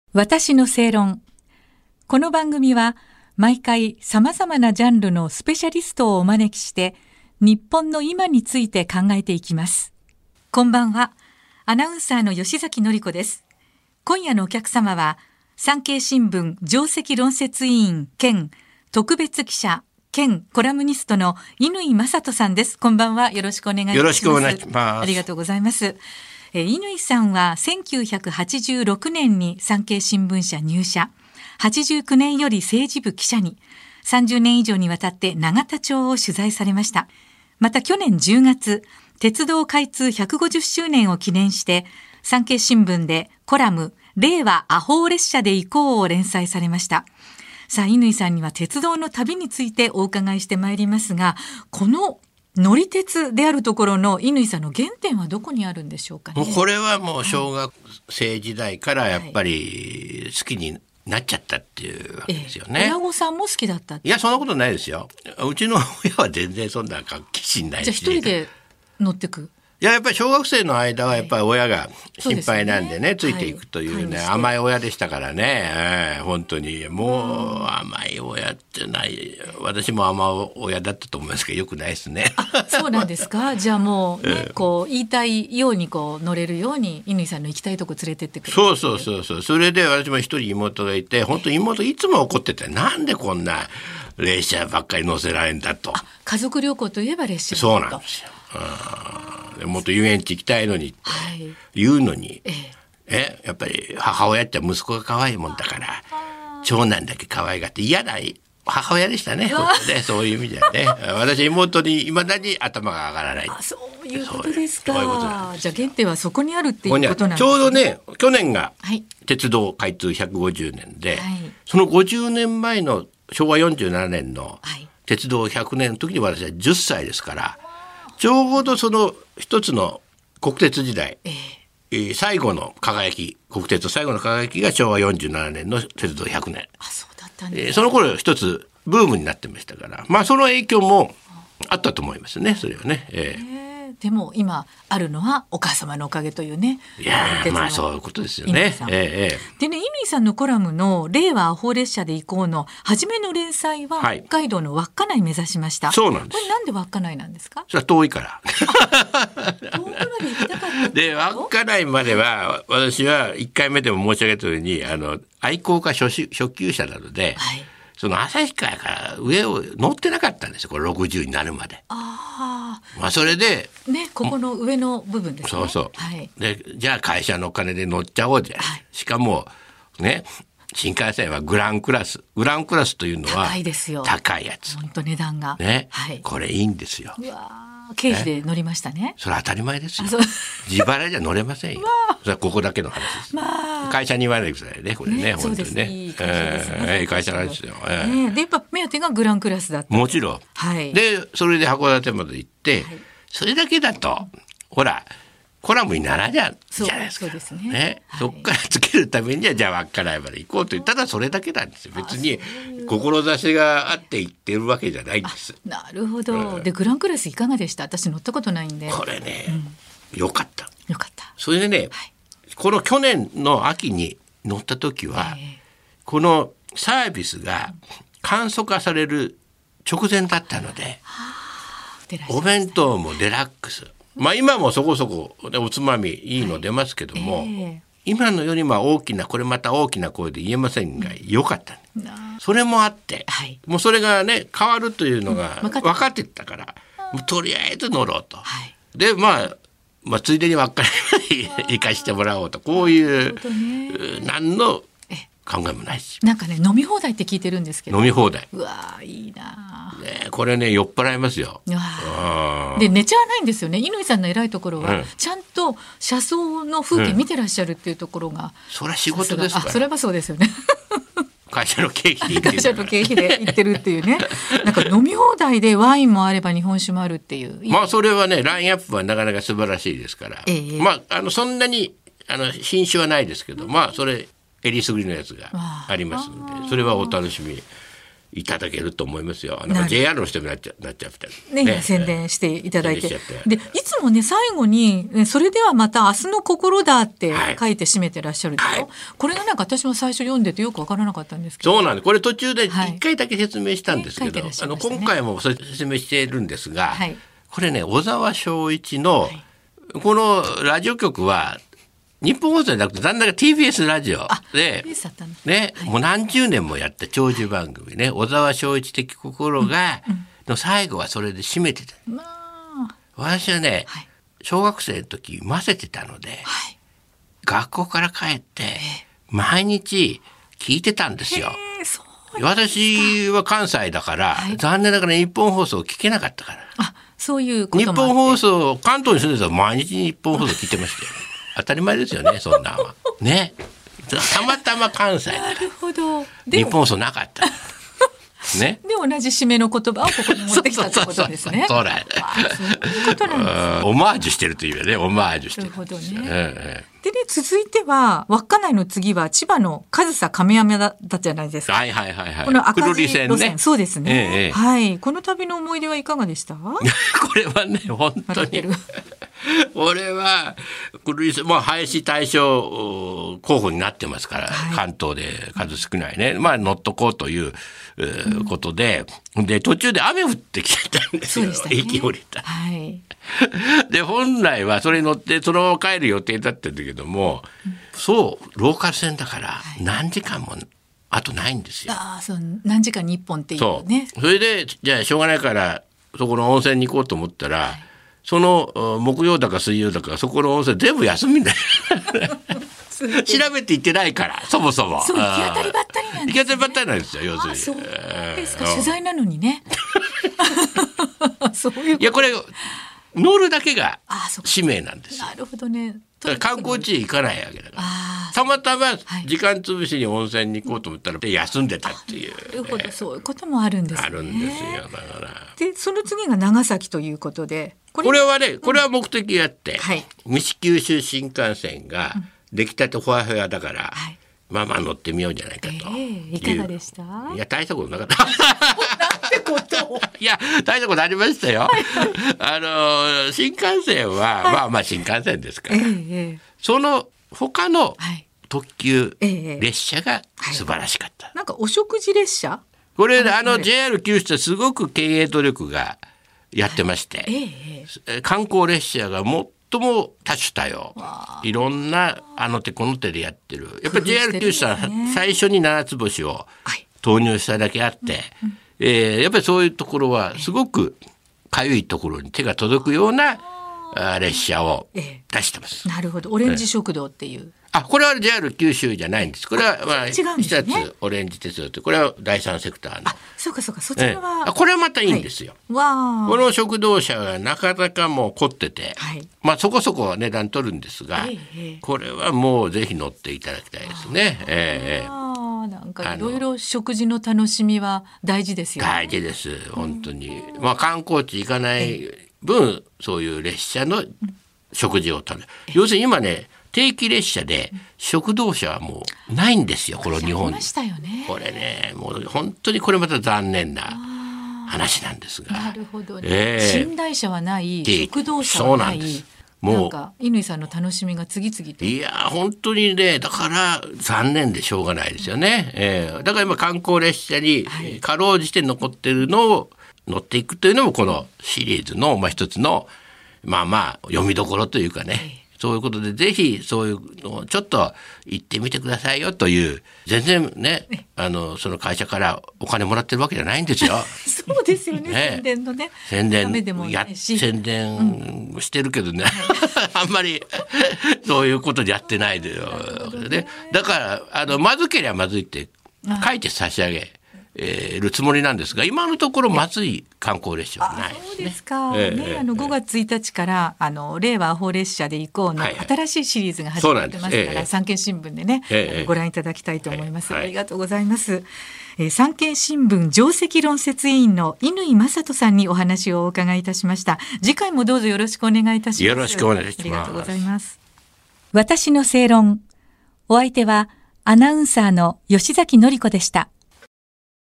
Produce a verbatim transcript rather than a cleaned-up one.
私の正論。この番組は毎回さまざまなジャンルのスペシャリストをお招きして日本の今について考えていきます。こんばんは。アナウンサーの吉崎紀子です。今夜のお客様は産経新聞上席論説委員兼特別記者兼コラムニストの乾正人さんです。こんばんは。よろしくお願いします。 よろしくお願いします。 ありがとうございます。え乾さんはせんきゅうひゃくはちじゅうろくねんに産経新聞社入社、はちじゅうきゅうねんより政治部記者に、さんじゅうねん以上にわたって永田町を取材されました。また去年じゅうがつ、鉄道開通ひゃくごじゅっしゅうねんを記念して産経新聞でコラム令和アホー列車で行こうを連載されました。さあ、乾さんには鉄道の旅についてお伺いしてまいりますが、この乗り鉄であるところの乾さんの原点はどこにあるんでしょうかね。 もうこれはもう小学生時代からやっぱり好きになっちゃったっていうわけですよね。 ええ、親御さんも好きだったって。 いや、そんなことないですよ。うちの親は全然そんな好奇心ないし。 じゃあ一人で乗ってく。 いや、やっぱり小学生の間はやっぱり親が心配なんでね、はい、ついていくというね、はい、甘い親でしたからね、えー、本当にもう甘い親ってない、私も甘い親だったと思いますけどよくないですね。 そうなんですか。じゃあもう、ね、えー、こう言いたいようにこう乗れるように乾さんの行きたいとこ連れてってくれる。 そうそうそうそう。それで私も一人妹がいて、本当に妹いつも怒ってて、なんでこんな列車ばっかり乗せられんだと。 あ、家族旅行といえば列車だと。 そうなんですよ。もっと遊園地行きたいのにって言うのに、はい、ええやっぱり母親って息子が可愛いもんだから長男だけ可愛がって嫌な母親でしたね。ね、そういう意味ではね。私妹に未だに頭が上がらない。 あ、そういうことですか。そういうことなんです。じゃあ原点はそこにあるっていうことなんですね。 ちょうどね、去年が鉄道開通ひゃくごじゅうねんで、はい、そのごじゅうねんまえのしょうわよんじゅうななねんの鉄道ひゃくねんの時に私はじゅっさいですから、ちょうどその一つの国鉄時代、えー、最後の輝き、国鉄最後の輝きがしょうわよんじゅうななねんの鉄道ひゃくねん。 あ、そうだったんですね。 えー、その頃一つブームになってましたから、まあその影響もあったと思いますね、それはね。えーでも今あるのはお母様のおかげというね。 いやまあそういうことですよね。えー、でね、乾さんのコラムの令和アホ列車で行こうの初めの連載は北海道の稚内目指しました。はい、 そうなんです。 これなんで稚内なんですか。 それは遠いから。 遠くまで行きたかったで、稚内までは私はいっかいめでも申し上げたようにあの愛好家初初級者なので、はい、その旭川から上を乗ってなかったんですよ、これろくじゅうになるまで。あ、まあそれでね、ここの上の部分ですね。 そうそう、 はい、 でじゃあ会社のお金で乗っちゃおうじゃ、はい、しかもね、新幹線はグランクラスグランクラスというのは高いですよ。 高いやつ、 本当値段がね、 はい、 これいいんですよ。 うわ、経費で乗りましたね。 それ当たり前ですよ。自腹じゃ乗れませんよ。それはここだけの話です。まあ、会社に言わないでくださいね、これね、ね、本当にね。いい会社ですね。えー、会社なんですよ。えーね、でやっぱ目当てがグランクラスだった。 もちろん。 はい。 でそれで函館まで行って、はい、それだけだとほらコラムにならじゃじゃないですか。 そうですね。 ね、 はい、 そっからつけるためにはじゃあ稚内まで行こうと言ったらそれだけなんですよ。別に志があって行ってるわけじゃないんです。 なるほど。うん、でグランクラスいかがでした。私乗ったことないんで。 これね、うん、よかった。 よかった。 それでね、はい、この去年の秋に乗った時は、えー、このサービスが簡素化される直前だったので、お弁当もデラックス、まあ今もそこそこおつまみいいの出ますけども、はい、えー、今のよりも大きな、これまた大きな声で言えませんが、良かった、うん、それもあって、はい、もうそれがね変わるというのが分かってたから、もうとりあえず乗ろうと、はい、でまあまあ、ついでに分かりまで行かしてもらおうと、こういう、ね、何の考えもないし、 なんかね飲み放題って聞いてるんですけど。 飲み放題、 うわいいな、 ね、これね酔っ払いますよ。 で寝ちゃわないんですよね。乾さんの偉いところは、うん、ちゃんと車窓の風景見てらっしゃるっていうところが、うん、 それは仕事ですから。 あ、それはそうですよね。 会社の経費で会社の経費で行ってるっていうね。なんか飲み放題でワインもあれば日本酒もあるっていう。 まあそれはねラインアップはなかなか素晴らしいですから、えー、まああのそんなにあの品種はないですけど、まあそれえりすぐりのやつがありますので、それはお楽しみいただけると思いますよ。なんか ジェイアール の人になっちゃなっちゃったね、ね、宣伝していただいて、でいつもね最後にそれではまた明日の心だって書いて締めてらっしゃるでしょ、はいはい、これがなんか私も最初読んでてよくわからなかったんですけど、 そうなんです。これ途中でいっかいだけ説明したんですけど、はいねね、あの今回もそれ説明しているんですが、はい、これね小沢昭一の、はい、このラジオ局は日本放送じゃなくて残念ながら ティービーエス ラジオで、ね、はい、もう何十年もやった長寿番組ね、はい、小沢昭一的心が、うんうん、の最後はそれで締めてた、うん、私はね、はい、小学生の時混ぜてたので、はい、学校から帰って毎日聞いてたんですよ。私は関西だから、はい、残念ながら日本放送聞けなかったから、 あ、そういうこともあって、 日本放送関東に住んでたら毎日日本放送聞いてましたよ当たり前ですよね、そんなね。たまたま関西だから。なるほど。日本放送なかった。ね。で同じ締めの言葉をここに持ってきたってことですね。 そうだ。そういうことなんです。オマージュしてるというね、オマージュしてる。 なるほどね。ええ、でね、続いては稚内の次は千葉の上総亀山だったじゃないですか。 はいはいはいはい。 この赤字路線ね。そうですね、 ええ。 はい。この旅の思い出はいかがでした？これはね本当に。俺はまあ林大賞候補になってますから、はい、関東で数少ないね、まあ乗っとこうという、うん、ことで、で途中で雨降ってきてたんですよ。そうでしたね。駅降りた。はい。で本来はそれに乗ってそのまま帰る予定だったんだけども、うん、そうローカル線だから何時間もあとないんですよ。 ああ、そう、何時間にいっぽんっていうね。 そう。それでじゃあしょうがないからそこの温泉に行こうと思ったら、はい、その木曜だか水曜だかそこの温泉全部休みだよ調べて行ってないからそもそも。 そう、行き当たりばったりなんですね。 行き当たりばったりなんですよ、要するに。 そうですか、取材なのにねそういうこと。 いやこれ乗るだけが使命なんですよ。 なるほどね。 観光地へ行かないわけだから、たまたま時間潰しに温泉に行こうと思ったら休んでたっていう、ね、 なるほど、そういうこともあるんですね。 あるんですよ。だからでその次が長崎ということで、 これ、これはね、これは目的があって、はい、西九州新幹線が出来たてほやほやだから、はい、まあまあ乗ってみようじゃないかと、えー、いかがでした？ いや大したことなかったなんてことをいや大したことありましたよあの新幹線は、はい、まあまあ新幹線ですから、えー、その他の特急列車が素晴らしかった、はいはい、 なんかお食事列車これあの ジェイアール 九州ってすごく経営努力がやってまして、はいえー、観光列車が最も多種多様、いろんなあの手この手でやってる。やっぱり ジェイアール 九州は最初に七つ星を投入しただけあって、はいえー、やっぱりそういうところはすごくかゆいところに手が届くような列車を出してます。 なるほど。オレンジ食堂っていう。 あ、これは ジェイアール 九州じゃないんです。これはまあ一つオレンジ鉄道って、これは第三セクターの。 あ、そうかそうか、そちらは、 えー、これはまたいいんですよ。はい、わこの食堂車はなかなかもう凝ってて、はい、まあそこそこ値段取るんですが、えー、これはもうぜひ乗っていただきたいですね。えー、なんかいろいろ食事の楽しみは大事ですよね。 大事です本当に。まあ観光地行かない分、そういう列車の食事を食べる。要するに今ね。定期列車で食堂車はもうないんですよ、この日本に。これね、もう本当にこれまた残念な話なんですが。 なるほどね。えー、寝台車はない、食堂車はない。そうなんです。もうなんか乾さんの楽しみが次々と。 いや本当にね、だから残念でしょうがないですよね。えー、だから今観光列車にかろうじて残ってるのを乗っていくというのもこのシリーズのまあ一つのまあまあ読みどころというかね。はいそういうことでぜひそういうのをちょっと行ってみてくださいよという、全然ね、あのその会社からお金もらってるわけじゃないんですよ。 そうですよね。ね宣伝のね。 宣伝や宣伝してるけどね、うん、あんまりそういうことでやってないでよ。ね、だからあのまずければまずいって書いて差し上げ。えー、るつもりなんですが今のところまずい観光列車はないですね。 そうですか、えーね、あのごがつついたちからあの令和アホ列車で行こうの新しいシリーズが始まってますから、はいはい、産経新聞でね、えー、ご覧いただきたいと思います、はいはい、ありがとうございます、えー、産経新聞上席論説委員の乾正人さんにお話をお伺いいたしました。次回もどうぞよろしくお願いいたします。 よろしくお願いします。 ありがとうございます。私の正論、お相手はアナウンサーの吉崎典子でした。